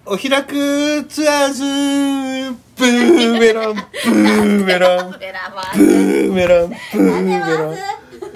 お開くツアーズブーメランブーメランブーメランブーメラン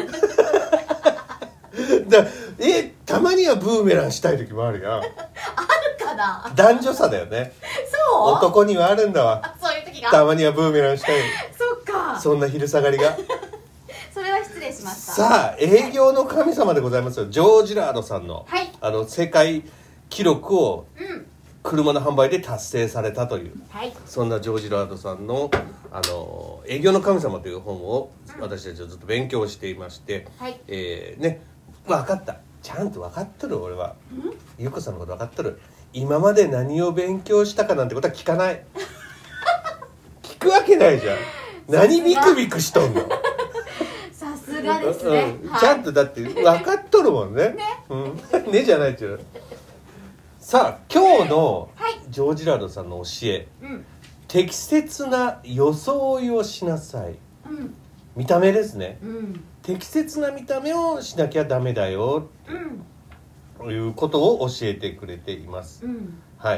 たまにはブーメランしたい時もあるやん。 あるかな。 男女差だよね。 そう男にはあるんだわ。 そういう時がたまにはブーメランしたい。 そっか。 そんな昼下がりがそれは失礼しました。 さあ営業の神様でございますよ。ジョー・ジラードさんの、 はい、 世界記録をうん車の販売で達成されたという、 はい、 そんなジョージ・ラードさんの、営業の神様という本を私たちはずっと勉強していまして、 はい、 ね、分かった、ちゃんと分かっとる。俺はゆうこさんのこと分かっとる。今まで何を勉強したかなんてことは聞かない聞くわけないじゃん。何ビクビクしとんのさすがですね、 はい、ちゃんとだって分かっとるもんね。ねじゃないっちゅう。さあ今日のジョージ・ラードさんの教え、適切な装いをしなさい、見た目ですね、適切な見た目をしなきゃダメだよ、ということを教えてくれています、はい。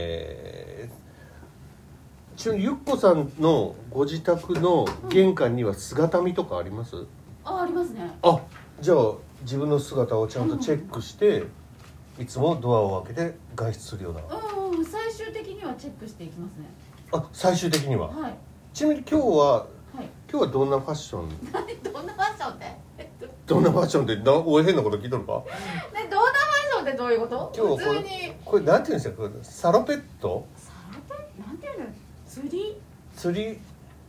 ちなみにゆっこさんのご自宅の玄関には姿見とかあります？ ありますね。 あ、じゃあ自分の姿をちゃんとチェックして、いつもドアを開けて外出するような。 最終的にはチェックしていきますね。 あ、最終的には。 はい。 ちなみに今日はどんなファッション？ どんなファッションって？ どんなファッションってお変なこと聞いとるか？ どんなファッションってどういうこと？ 今日普通にこれなんていうんですか？これサロペット？ なんていうの？釣り釣り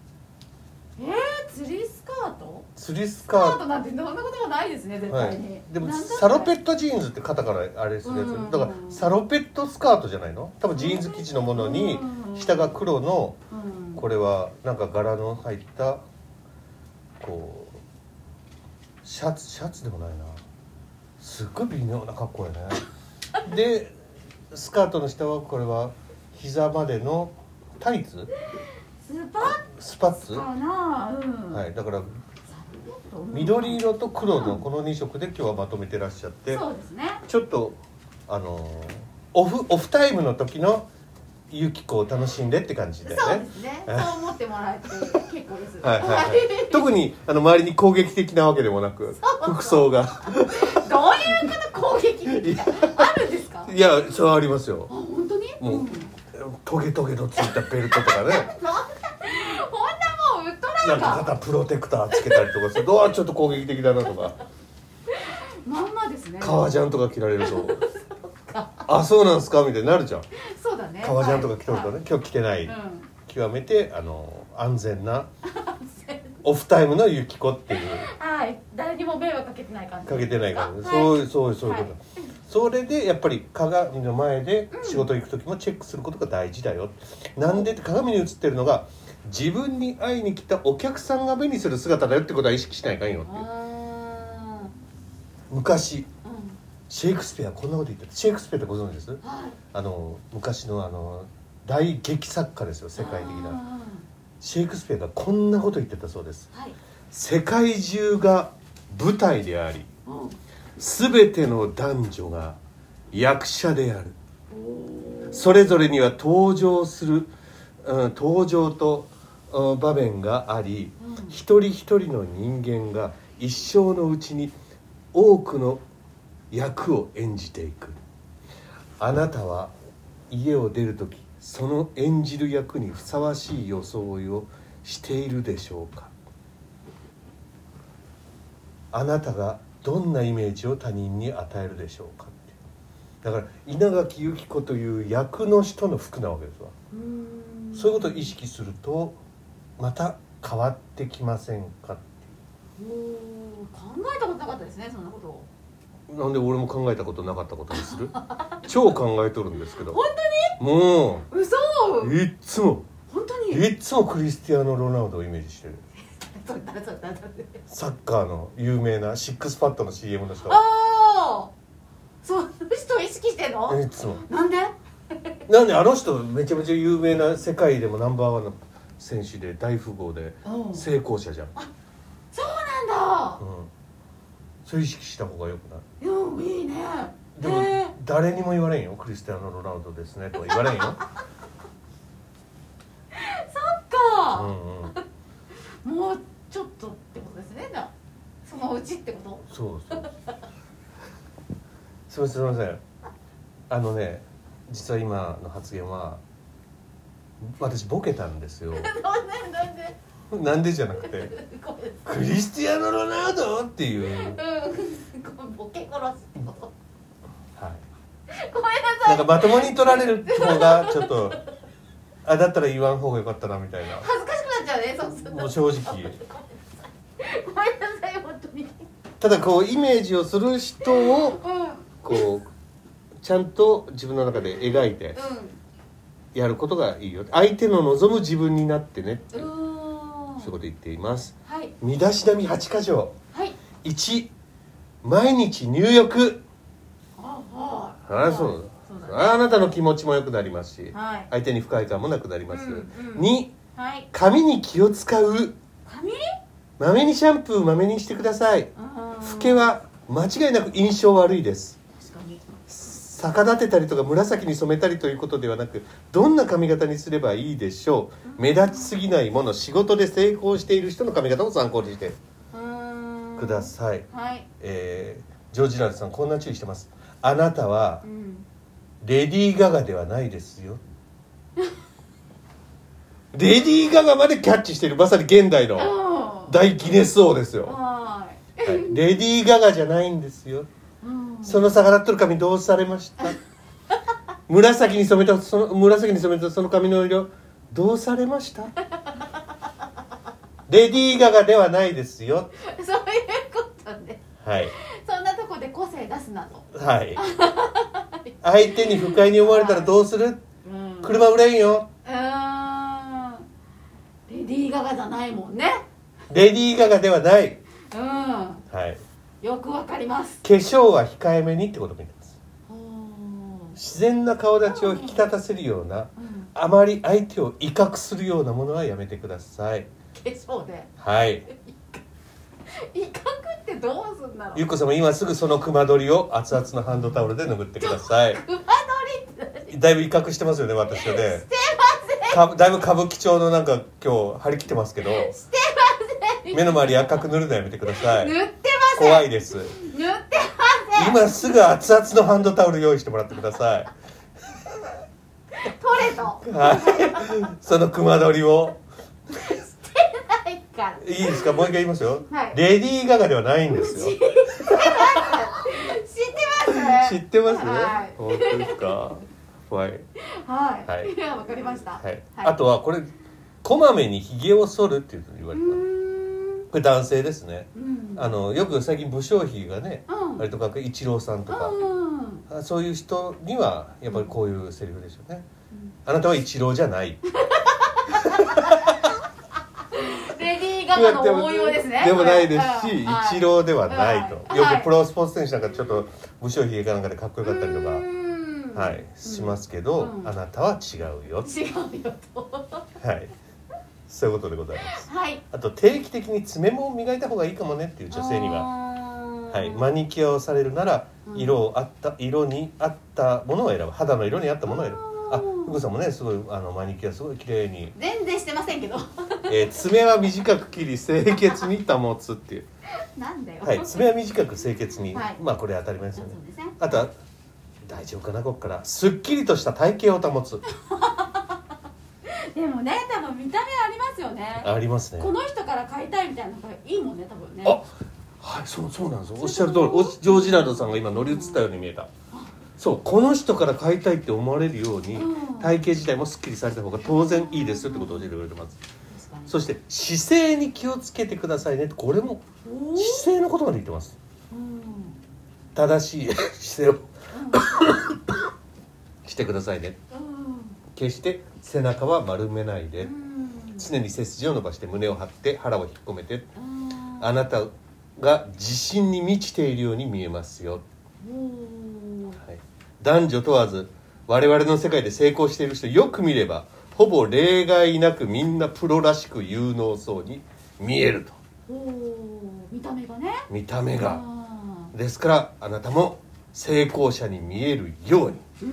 スカート？ 釣りススカートカートなんてどんなこともないですね、絶対に。 でもサロペットジーンズって肩からあれですね。だからサロペットスカートじゃないの？多分ジーンズ生地のものに下が黒の、これはなんか柄の入ったこうシャツでもないな、すっごい微妙な格好やねでスカートの下はこれは膝までのタイツ、スパッツかな、はい。だから緑色と黒のこの2色で今日はまとめてらっしゃって、 そうですね、 ちょっとオフタイムの時のゆき子を楽しんでって感じだよね。 そうですね、そう思ってもらえて結構です。 はいはいはい、特に周りに攻撃的なわけでもなく、服装がどういうこと攻撃的あるんですか？ いや、そうありますよ。 本当に？ もう、トゲトゲのついたベルトとかねほんなもうウッドラなんか肩プロテクターつけたりとかするとちょっと攻撃的だなとかまんまですね。 革ジャンとか着られるとあ、そうなんすかみたいになるじゃん。 そうだね、 革ジャンとか着とるとね、今日着てない、極めて安全なオフタイムのゆき子っていう、 はい、誰にも迷惑かけてない感じかけてないから、 はい、 そういうこと、それでやっぱり鏡の前で仕事行く時もチェックすることが大事だよ、なんでって鏡に映ってるのが自分に会いに来たお客さんが目にする姿だよってことは意識しないかんよっていう。昔シェイクスピアこんなこと言ってた。シェイクスピアってご存知です？昔の大劇作家ですよ、世界的な。シェイクスピアがこんなこと言ってたそうです、世界中が舞台であり、全ての男女が役者である。それぞれには登場と場面があり、一人一人の人間が一生のうちに多くの役を演じていく。あなたは家を出るときその演じる役にふさわしい装いをしているでしょうか。あなたがどんなイメージを他人に与えるでしょうかって。だから稲垣由紀子という役の人の服なわけですわ。そういうことを意識するとまた変わってきませんかっていう。 考えたことなかったですね、そんなことを。 なんで俺も考えたことなかったことにする超考えとるんですけど。 本当に？ もう嘘。 いっつも本当にいっつもクリスティアーノ・ロナウドをイメージしてるサッカーの有名なシックスパッドの CM の人。 ああ、その人を意識してんの？ いつもなんであの人めちゃめちゃ有名な、世界でもナンバーワンの選手で大富豪で成功者じゃん。 あ、そうなんだ。 そういう意識した方がよくない？ いいね。 誰にも言われんよ。クリスティアーノ・ロナウドですねとは言われんよ。 そっか、もうちょっとってことですね。じゃあそのうちってこと。 そうすみません。実は今の発言は私ボケたんですよ。なんでじゃなくてクリスティアーノ・ロナウドっていう、 ボケ殺すってこと。 はい、 ごめんなさい。 なんかまともに取られる方がちょっとだったら言わん方がよかったなみたいな。 恥ずかしくなっちゃうね、そうすると。 もう正直ごめんなさい、本当に。 ただこうイメージをする人をこうちゃんと自分の中で描いてやることがいいよ。相手の望む自分になってねっていう、そういうこと言っています。 はい、 身だしなみ8箇条、 はい、 1、毎日入浴。そうだ、あなたの気持ちも良くなりますし、はい、相手に不快感もなくなります。2、はい、髪に気を使う。まめにシャンプーまめにしてください。老けは間違いなく印象悪いです。逆立てたりとか紫に染めたりということではなく、どんな髪型にすればいいでしょう。目立ちすぎないもの、仕事で成功している人の髪型を参考にしてください。はい、ジョージ・ラルさんこんな注意してます。あなたはレディー・ガガではないですよ。レディー・ガガまでキャッチしている、まさに現代の大ギネス王ですよ。はい、レディー・ガガじゃないんですよ。その逆立っとる髪どうされました。紫に染めたその髪の色どうされました。レディー・ガガではないですよ。 そういうことね。はい。そんなとこで個性出すなと。 はい。相手に不快に思われたらどうする？車売れんよ。 レディー・ガガじゃないもんね。 レディー・ガガではない。はい。 よくわかります。 化粧は控えめにってことも言ってます。自然な顔立ちを引き立たせるような、あまり相手を威嚇するようなものはやめてください。 化粧で。 はい。 威嚇ってどうすんだろう。 ゆっこ様今すぐその熊取りを熱々のハンドタオルで拭ってください。 熊取りってだいぶ威嚇してますよね、私はね。 してません。 だいぶ歌舞伎町のなんか今日張り切ってますけど。 してません。 目の周り赤く塗るのやめてください。 塗ってません。 怖いです。 塗ってません。 今すぐ熱々のハンドタオル用意してもらってください。 取れと。 はい。その熊取りを。 してないから。 いいですか、もう一回言いますよ。 はい、 レディー・ガガではないんですよ。 知ってます。 知ってます。 はい、 本当ですか。はい。 はい。はい。わかりました。 はい。あとはこれこまめにひげを剃るっていうふうに言われた。これ男性ですね。よく最近武将髭がね、割とかくイチローさんとか、そういう人にはやっぱりこういうセリフでしょうね。あなたはイチローじゃない。 レディー・ガガの応用ですね。 でもないですし、イチローではないと。よくプロスポーツ選手なんかちょっと武将髭かなんかでかっこよかったりとか、はい、しますけど、あなたは違うよ。 違うよと。 はい。そういうことでございます。 はい。 あと定期的に爪も磨いた方がいいかもねっていう女性には、はい、マニキュアをされるなら色に合ったものを選ぶ。肌の色に合ったものを選ぶ。ふくさんもね、すごいマニキュアすごい綺麗に。 全然してませんけど。 爪は短く切り清潔に保つっていう。 なんだよ。 はい、爪は短く清潔に、 はい、 まあこれ当たり前ですよね。あとは大丈夫かな、ここからすっきりとした体型を保つ。 でもね、多分見た目ありますよね。 ありますね。 この人から買いたいみたいなのがいいもんね、多分ね。 はい、そうなんですよ。おっしゃる通り、ジョージ・ラルドさんが今乗り移ったように見えた。そう、この人から買いたいって思われるように、体型自体もすっきりされた方が当然いいですよってことを教えてくれてます。そして姿勢に気をつけてくださいねって、これも姿勢のことまで言ってます。正しい姿勢をしてくださいね。決して背中は丸めないで、常に背筋を伸ばして胸を張って腹を引っ込めて、あなたが自信に満ちているように見えますよ。はい、男女問わず我々の世界で成功している人よく見ればほぼ例外なくみんなプロらしく有能そうに見えると。 見た目がね。 見た目がですから、あなたも成功者に見えるように、 うんうん、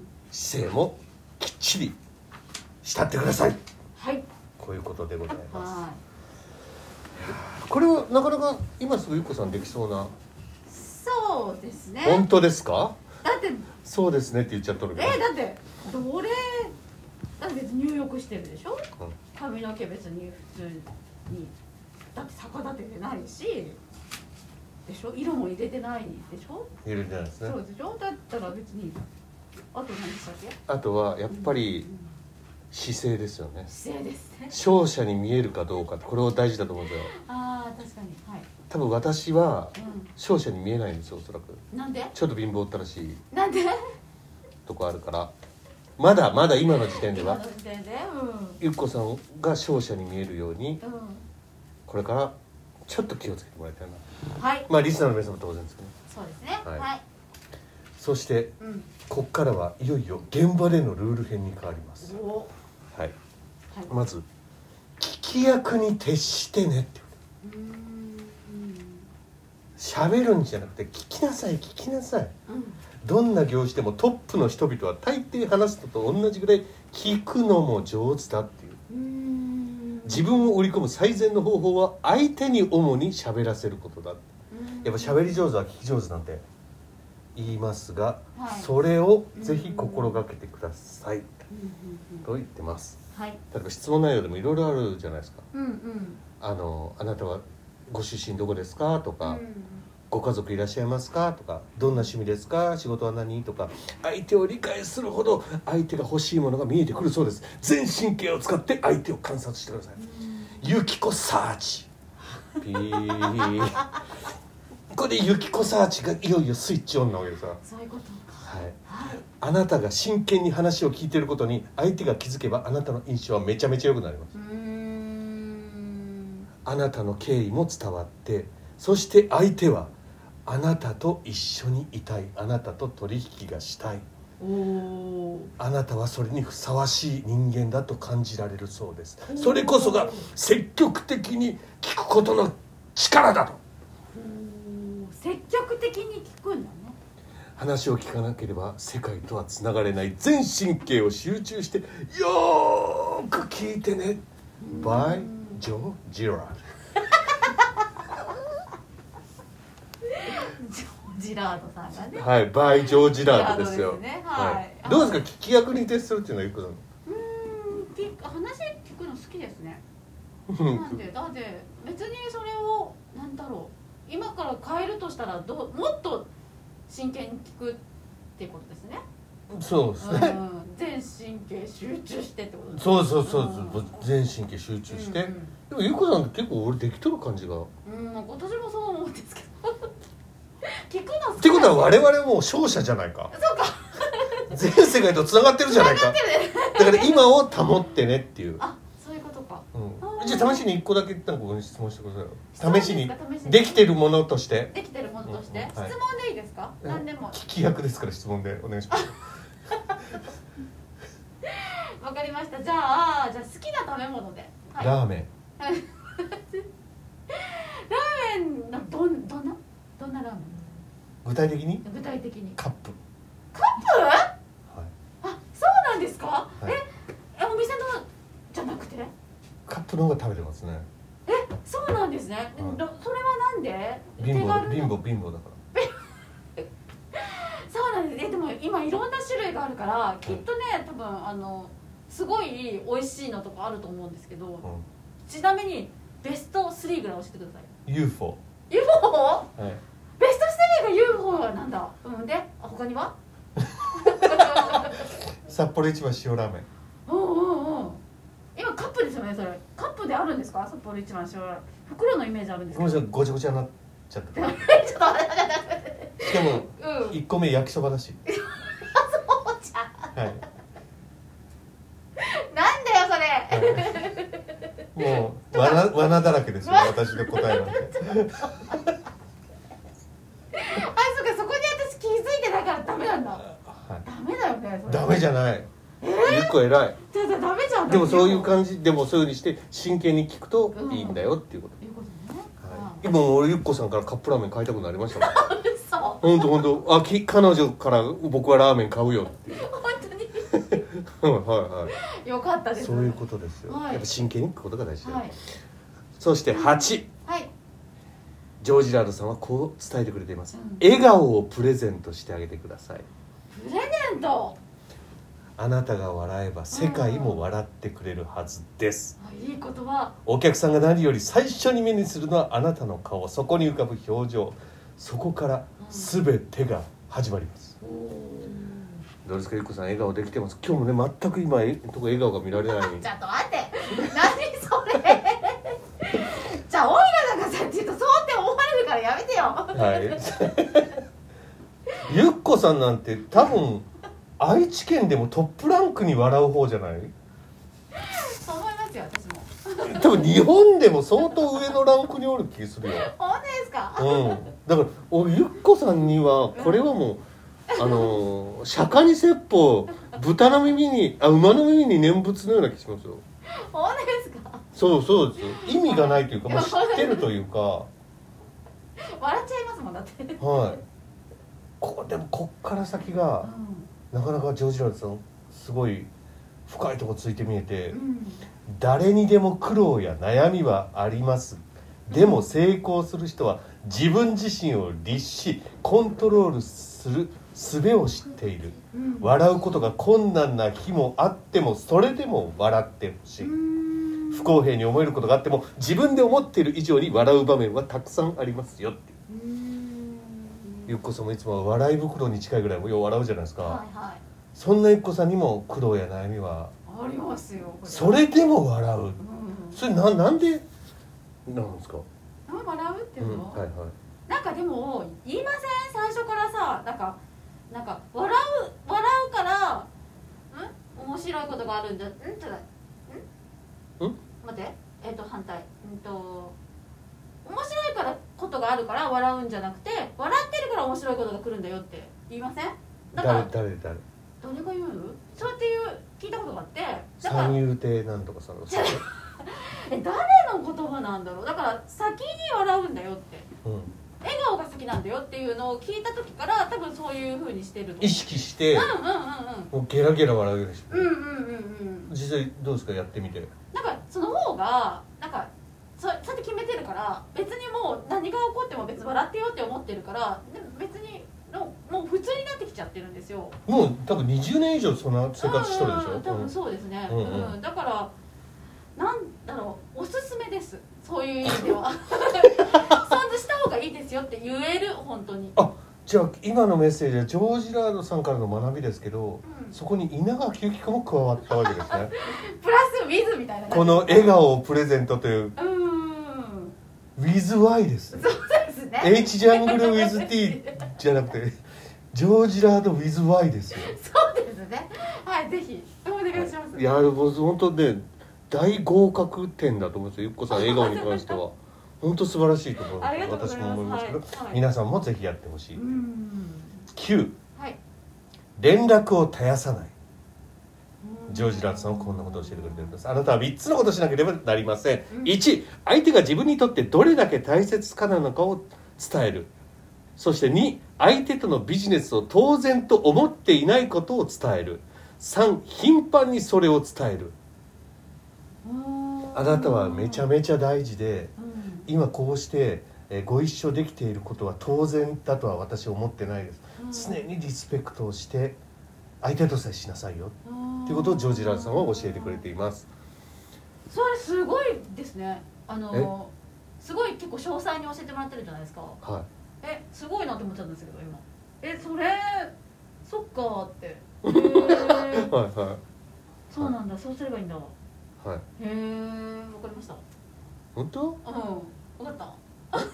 姿勢もきっちり慕ってください。 はい、 こういうことでございます。 はい、 これはなかなか今すぐゆっこさんできそうな。 そうですね。 本当ですか？ だってそうですねって言っちゃっとるけど、 だってどれだって別に入浴してるでしょ、髪の毛別に普通にだって逆立ててないしでしょ、色も入れてないでしょ、 入れてないですね。 そうでしょ、だったら別にあと何でしたっけ、 あとはやっぱり姿勢ですよね。 姿勢ですね。 勝者に見えるかどうか、これを大事だと思うんですよ。 ああ確かに、はい、 多分私はう勝者に見えないんですよ、おそらく。 ん、なんでちょっと貧乏ったらしいなんでとこあるから、まだまだ今の時点では今の時点で、 ゆっこさんが勝者に見えるように、 うんうん、 これからちょっと気をつけてもらいたいな。 はい、 まあリスナーの皆さんも当然ですけどね。 そうですね、 はいはい、 そしてうん、 こっからはいよいよ現場でのルール編に変わります。 お、 はい、 はい、 まず聞き役に徹してねって喋るんじゃなくて聞きなさい聞きなさい。 うん、 どんな業種でもトップの人々は大抵話すのと同じぐらい聞くのも上手だっていう。自分を売り込む最善の方法は相手に主に喋らせることだ。やっぱ喋り上手は聞き上手なんて言いますが、 はい、 それをぜひ心がけてくださいと言ってます。 はい、 例えば質問内容でもいろいろあるじゃないですか。 うんうん、 あなたはご出身どこですかとか、 うん、 ご家族いらっしゃいますかとか、どんな趣味ですか、仕事は何とか、相手を理解するほど相手が欲しいものが見えてくるそうです。全神経を使って相手を観察してください。ゆきこサーチピーこれでゆきこサーチがいよいよスイッチオンなわけですから。 そういうことか、 はい、 はい、 あなたが真剣に話を聞いていることに相手が気づけば、あなたの印象はめちゃめちゃ良くなります。あなたの敬意も伝わって、そして相手はあなたと一緒にいたい、あなたと取引がしたい、あなたはそれにふさわしい人間だと感じられるそうです。それこそが積極的に聞くことの力だと。 積極的に聞くんだね。 話を聞かなければ世界とはつながれない。全神経を集中してよーく聞いてね。by ジョー・ジラードジラードさんがね。 はい、バイ・ジョー・ジラードですよ。 ですね、はいはい、どうですか、聞き役に徹するっていうのはゆっこさん。 話聞くの好きですね。なんでだって別にそれをなんだろう、今から変えるとしたらもっと真剣に聞くっていうことですね。 そうですね、 全神経集中してってことですね。 そうそうそう、全神経集中して、でもゆっこさんって結構俺できとる感じが、 今年もそう思うんですけど聞くの好きってことは我々もう勝者じゃないか。 そうか全世界とつながってるじゃないか。だから今を保ってねっていう。 あ、そういうことか。 じゃあ試しに1個だけなんか質問してくださいよ。試しにできてるものとして。 できてるものとして、質問でいいですか？何でも。 聞き役ですから質問でお願いします。 わかりました。じゃあ好きな食べ物で。 ラーメン。 ラーメンのどんなラーメン？ 具体的に？ 具体的に。 カップ。 カップ？はい。あ、そうなんですか？ はい、 お店のじゃなくて？ カップの方が食べてますね。 そうなんですね。それはなんで？ 貧乏だから。 そうなんです。でも今いろんな種類があるからきっとね、多分すごい美味しいのとかあると思うんですけど、ちなみにベスト3ぐらい教えてください。 UFO。 UFO？ はい。 ベスト3が UFO なんだ。で、他には？ 札幌一番塩ラーメン。 今カップですよね、それ。カップであるんですか？札幌一番塩ラーメン。袋のイメージあるんですけど。 ごめんなさい、ごちゃごちゃになっちゃって。 ちょっと待って。 しかも、1個目焼きそばだし。 そうじゃん。 はい。 なんだよそれ。 もう罠だらけですよ、私の答えなんて。 そうか、そこに私気づいてないからダメなんだ。ダメだよね。 ダメじゃない。ゆっこ偉い。 ダメじゃん。 でもそういう感じ、でもそういう風にして真剣に聞くといいんだよっていうこと。今俺ゆっこさんからカップラーメン買いたくなりましたもん。 嘘。 本当彼女から僕はラーメン買うよって本当にはいよかったです。 そういうことですよ、 はい、 やっぱ真剣にいくことが大事だよ、 はい、 そして8、 はい、 ジョージ・ラードさんはこう伝えてくれています、 うん、 笑顔をプレゼントしてあげてください。 プレゼント。 あなたが笑えば世界も笑ってくれるはずです、 いい言葉。お客さんが何より最初に目にするのはあなたの顔、そこに浮かぶ表情、そこから全てが始まります、どうですかゆっこさん、笑顔できてます？今日もね全く今笑顔が見られないちょっと待って何それじゃあオイラがさって言うとそうって思われるからやめてよ。 はいゆっこさんなんて多分愛知県でもトップランクに笑う方じゃない？ そう思いますよ私も。 多分日本でも相当上のランクにおる気するよ。 本当ですか？ だからゆっこさんにはこれはもう釈迦に説法、豚の耳に馬の耳に念仏のような気しますよ。 本当ですか？ そうです。意味がないというか、もう知ってるというか笑っちゃいますもんだって。 はい。でもこっから先が、なかなかジョージ・ラードさんすごい深いとこついて見えて、誰にでも苦労や悩みはあります。でも成功する人は自分自身を律しコントロールする術を知っている、笑うことが困難な日もあってもそれでも笑ってほしい、不公平に思えることがあっても自分で思っている以上に笑う場面はたくさんありますよっていう。ゆっこさんもいつも笑い袋に近いぐらいよう笑うじゃないですか、はいはい、そんなゆっこさんにも苦労や悩みはありますよ。 それでも笑う、それなんでなんですか？ 笑うっていうの、 はいはい、 なんかでも言いません？最初からさなんか笑うから面白いことがあるんだ待って反対面白いからことがあるから笑うんじゃなくて笑ってるから面白いことが来るんだよって言いません？だから誰が言う？そうやって聞いたことがあって、 三遊亭なんとかさん誰の言葉なんだろう。だから先に笑うんだよって、笑顔が好きなんだよっていうのを聞いた時から多分そういう風にしてると意識して、もうゲラゲラ笑うようにして、実際どうですか？やってみて。 なんかその方がなんかそうやって決めてるから別にもう何が起こっても別に笑ってよって思ってるから別にもう普通になってきちゃってるんですよ。 もう多分20年以上そんな生活しとるでしょ。 多分そうですね、だからなんだろう、おすすめです。そういう意味ではそんなした方がいいですよって言える。本当に。 じゃあ今のメッセージはジョージ・ラードさんからの学びですけど、そこに稲垣由紀子も加わったわけですねプラスウィズみたいな感じ。 この笑顔をプレゼントというウィズ Y です。 そうですね。 H ジャングルウィズ T じゃなくてジョージ・ラードウィズ Y ですよ。 そうですね。はい、ぜひお願いします。 いや本当ね大合格点だと思うんですよ。ゆっこさん笑顔に関しては本当素晴らしいと思う。私も思いますけど、皆さんもぜひやってほしい。9、連絡を絶やさない。ジョージ・ラードさんはこんなことを教えてくれてるんです。あなたは3つのことをしなければなりません。1、相手が自分にとってどれだけ大切かなのかを伝える。そして2、相手とのビジネスを当然と思っていないことを伝える。3、頻繁にそれを伝える。あなたはめちゃめちゃ大事で、今こうしてご一緒できていることは当然だとは私は思ってないです、常にリスペクトをして相手と接しなさいよということをジョージ・ラードさんは教えてくれています。 それすごいですね。すごい結構詳細に教えてもらってるじゃないですか。 はい。 すごいなって思っちゃったんですけど今。それそっかって。 はいはい。 そうなんだ、そうすればいいんだ。はい。わかりました。 本当？ 分かった。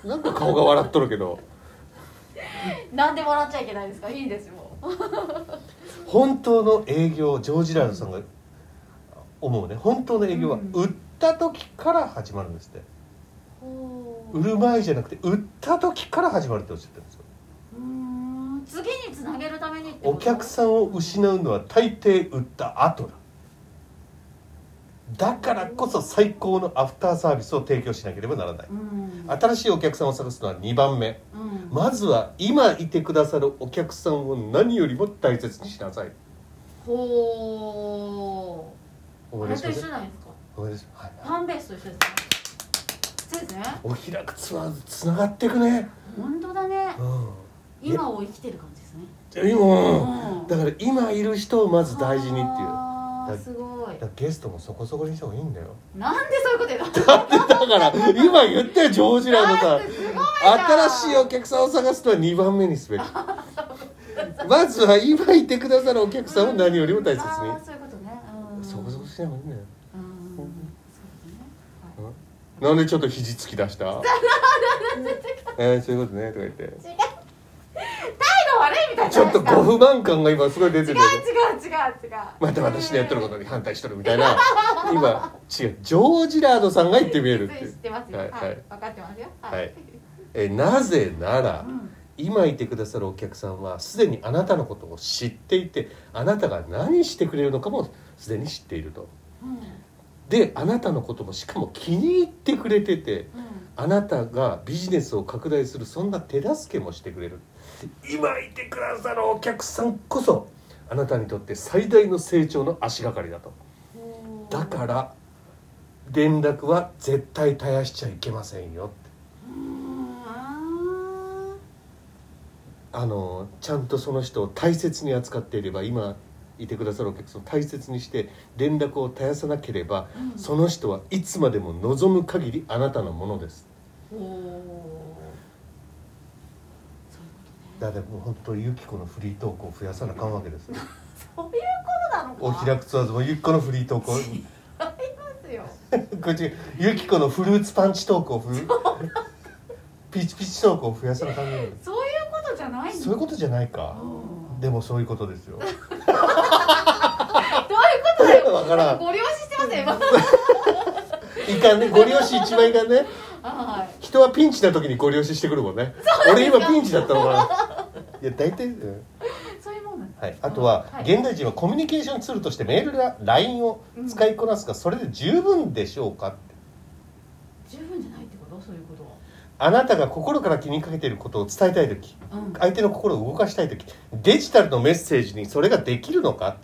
なんか顔が笑っとるけど。 なんで笑っちゃいけないですか？いいですよ。 本当の営業、ジョージ・ラードさんが思うね。本当の営業は売った時から始まるんですって。売る前じゃなくて売った時から始まるっておっしゃってるんですよ。 次につなげるためにってお客さんを失うのは大抵売った後だ。 だからこそ最高のアフターサービスを提供しなければならない、新しいお客さんを探すのは2番目、まずは今いてくださるお客さんを何よりも大切にしなさい。 ほー、 思い出しません？ あれと一緒じゃないですか。 思い出し、はい、 ファンベースと一緒ですね。そうですね。 お開くツアーズつながっていくね。 本当だね、今を生きてる感じですね。 今、だから今いる人をまず大事にっていう。 すごい。 ゲストもそこそこにした方がいいんだよ。 なんでそういうこと言うの？ だから今言ったよ、ジョージランドさん。新しいお客さんを探すとは2番目にすべき。まずは今いてくださるお客さんを何よりも大切に。 そういうことね。 そこそこしない方がいいんだよ。 そうなんでちょっと肘つき出した？そういうことねとか言って。 態度悪いみたいな。 ちょっとご不満感が今すごい出てる。 違う。 また私のやってることに反対しとるみたいな。今違う、ジョージラードさんが言ってみえるっていう。 知ってますよ。はい、分かってますよ。 はい。なぜなら、今いてくださるお客さんはすでにあなたのことを知っていて、あなたが何してくれるのかもすでに知っていると。で、あなたのこともしかも気に入ってくれてて、あなたがビジネスを拡大するそんな手助けもしてくれる。今いてくださるお客さんこそあなたにとって最大の成長の足がかりだと。だから連絡は絶対絶やしちゃいけませんよって。ちゃんとその人を大切に扱っていれば、今いてくださるお客さんを大切にして連絡を絶やさなければ、その人はいつまでも望む限りあなたのものです。だからもう本当ユキコのフリートークを増やさなあかんわけですよ。 そういうことなのか。 お開くツアーズもユキコのフリートークをありますよ。 こっちユキコのフルーツパンチトークをピチピチトークを増やさなあかんわけです。 そういうことじゃないの。 そういうことじゃないか。でもそういうことですよ。 どういうことだよ。 わからん。 ご了承してますよ今。 いかんね、ご了承一番いかんね。人はピンチな時にご了承してくるもんね。俺今ピンチだったのかな。いや大体、 そういうもんなんです。 はい。あとは、現代人はコミュニケーションツールとしてメールや LINE を使いこなすが、それで十分でしょうかって。 十分じゃないってこと？そういうことは。 あなたが心から気にかけていることを伝えたいとき、相手の心を動かしたいとき、デジタルのメッセージにそれができるのか。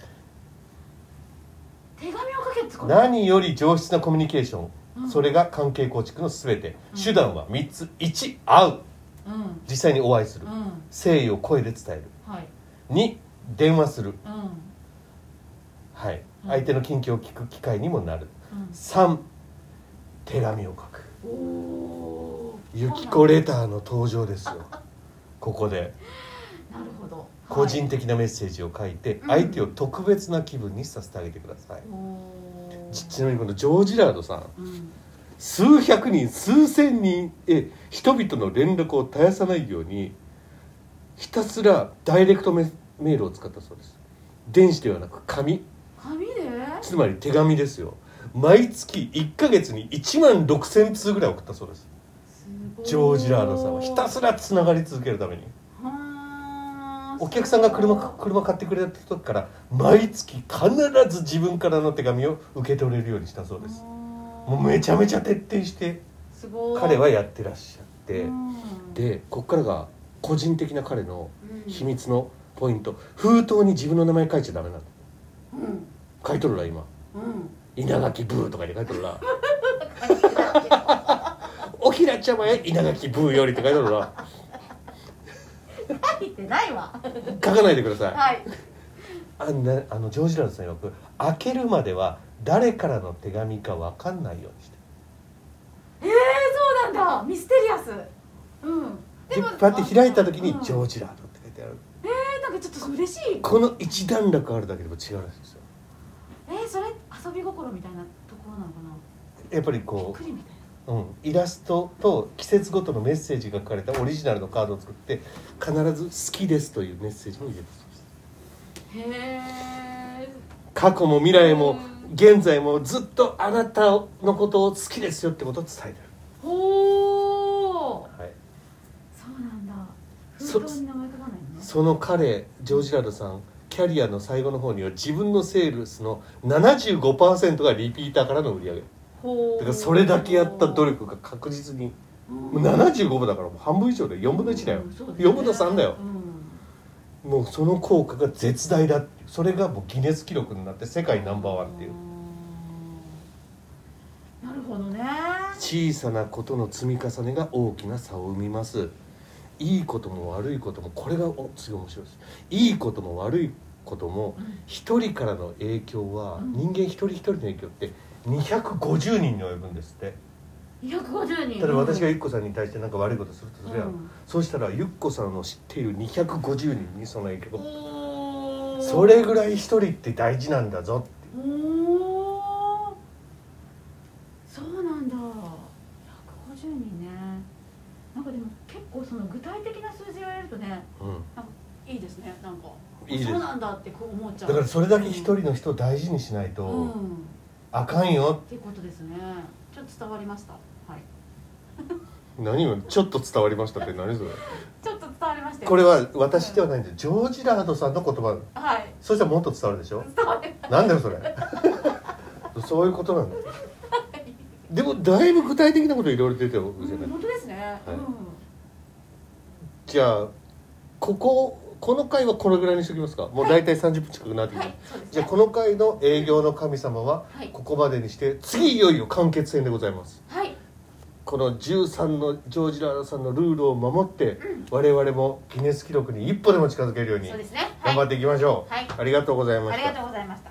手紙を書けってこと？ 何より上質なコミュニケーション、それが関係構築のすべて。手段は3つ。1、会う、実際にお会いする、誠意を声で伝える、2、電話する、はい、相手の近況を聞く機会にもなる、3、手紙を書く。ユキコレターの登場ですよ。ここでなるほど、 個人的なメッセージを書いて相手を特別な気分にさせてあげてください。ちなみにこのジョージラードさん、数百人数千人へ人々の連絡を絶やさないようにひたすらダイレクトメールを使ったそうです。電子ではなく紙で、つまり手紙ですよ。毎月1ヶ月に16,000通ぐらい送ったそうです。ジョージ・ラードさんはひたすらつながり続けるために。お客さんが車買ってくれた時から毎月必ず自分からの手紙を受け取れるようにしたそうです。もうめちゃめちゃ徹底して彼はやってらっしゃって、でこっからが個人的な彼の秘密のポイント。封筒に自分の名前書いちゃダメなの。書いとるら今、稲垣ブーとかに書いとるらおひらちゃまへ稲垣ブーよりって書いとるら書いてないわ。 書かないでください。 はい。 ジョージ・ラードさん曰く、開けるまでは誰からの手紙か分かんないようにして。 そうなんだ。ミステリアス。 でこうやって開いた時にジョージ・ラードって書いてある。 なんかちょっと嬉しい。 この一段落あるだけでも違うらしいですよ。 それ遊び心みたいなところなのかな。 やっぱりこびっくりみたいな。 イラストと季節ごとのメッセージが書かれたオリジナルのカードを作って必ず好きですというメッセージも入れたそうです。過去も未来も現在もずっとあなたのことを好きですよってことを伝えてる。はい、 そうなんだ。封筒に名前書かないのね。 その彼ジョージ・ラードさんキキャリアの最後の方には自分のセールスの 75% がリピーターからの売り上げだからそれだけやった努力が確実にもう75だからもう半分以上で4分の1だよ、4分の3だよ、もうその効果が絶大だっていうそれがもうギネス記録になって世界ナンバーワンっていう。 なるほどね。 小さなことの積み重ねが大きな差を生みます。いいことも悪いこともこれがすごい面白いです。いいことも悪いことも一人からの影響は、人間一人一人の影響って250人に及ぶんですって。 250人。 例えば私がゆっこさんに対して何か悪いことするとすれば、そうしたらゆっこさんの知っている250人にその影響が、それぐらい一人って大事なんだぞっていう。 そうなんだ。150人ね。なんかでも結構その具体的な数字をやるとね、なんかいいですね。なんかいいです。そうなんだってこう思っちゃう。 だからそれだけ一人の人を大事にしないと、あかんよっていうことですね。ちょっと伝わりました。はい。 何をちょっと伝わりましたって何それ？ ちょっと伝わりましたよ。 これは私ではないんです。ジョージ・ラードさんの言葉。 はい。 そしたらもっと伝わるでしょ？ 伝わる。 なんだよそれ。そういうことなんだよ。でもだいぶ具体的なこといろいろ出てるじゃない。 本当ですね。はい。 じゃあこの回はこのぐらいにしておきますか。もう大体30分近くなってきて、じゃあこの回の営業の神様はここまでにして、次いよいよ完結編でございます。 はい。 この13のジョージ・ラードさんのルールを守って、我々もギネス記録に一歩でも近づけるように頑張っていきましょう。ありがとうございました。 ありがとうございました。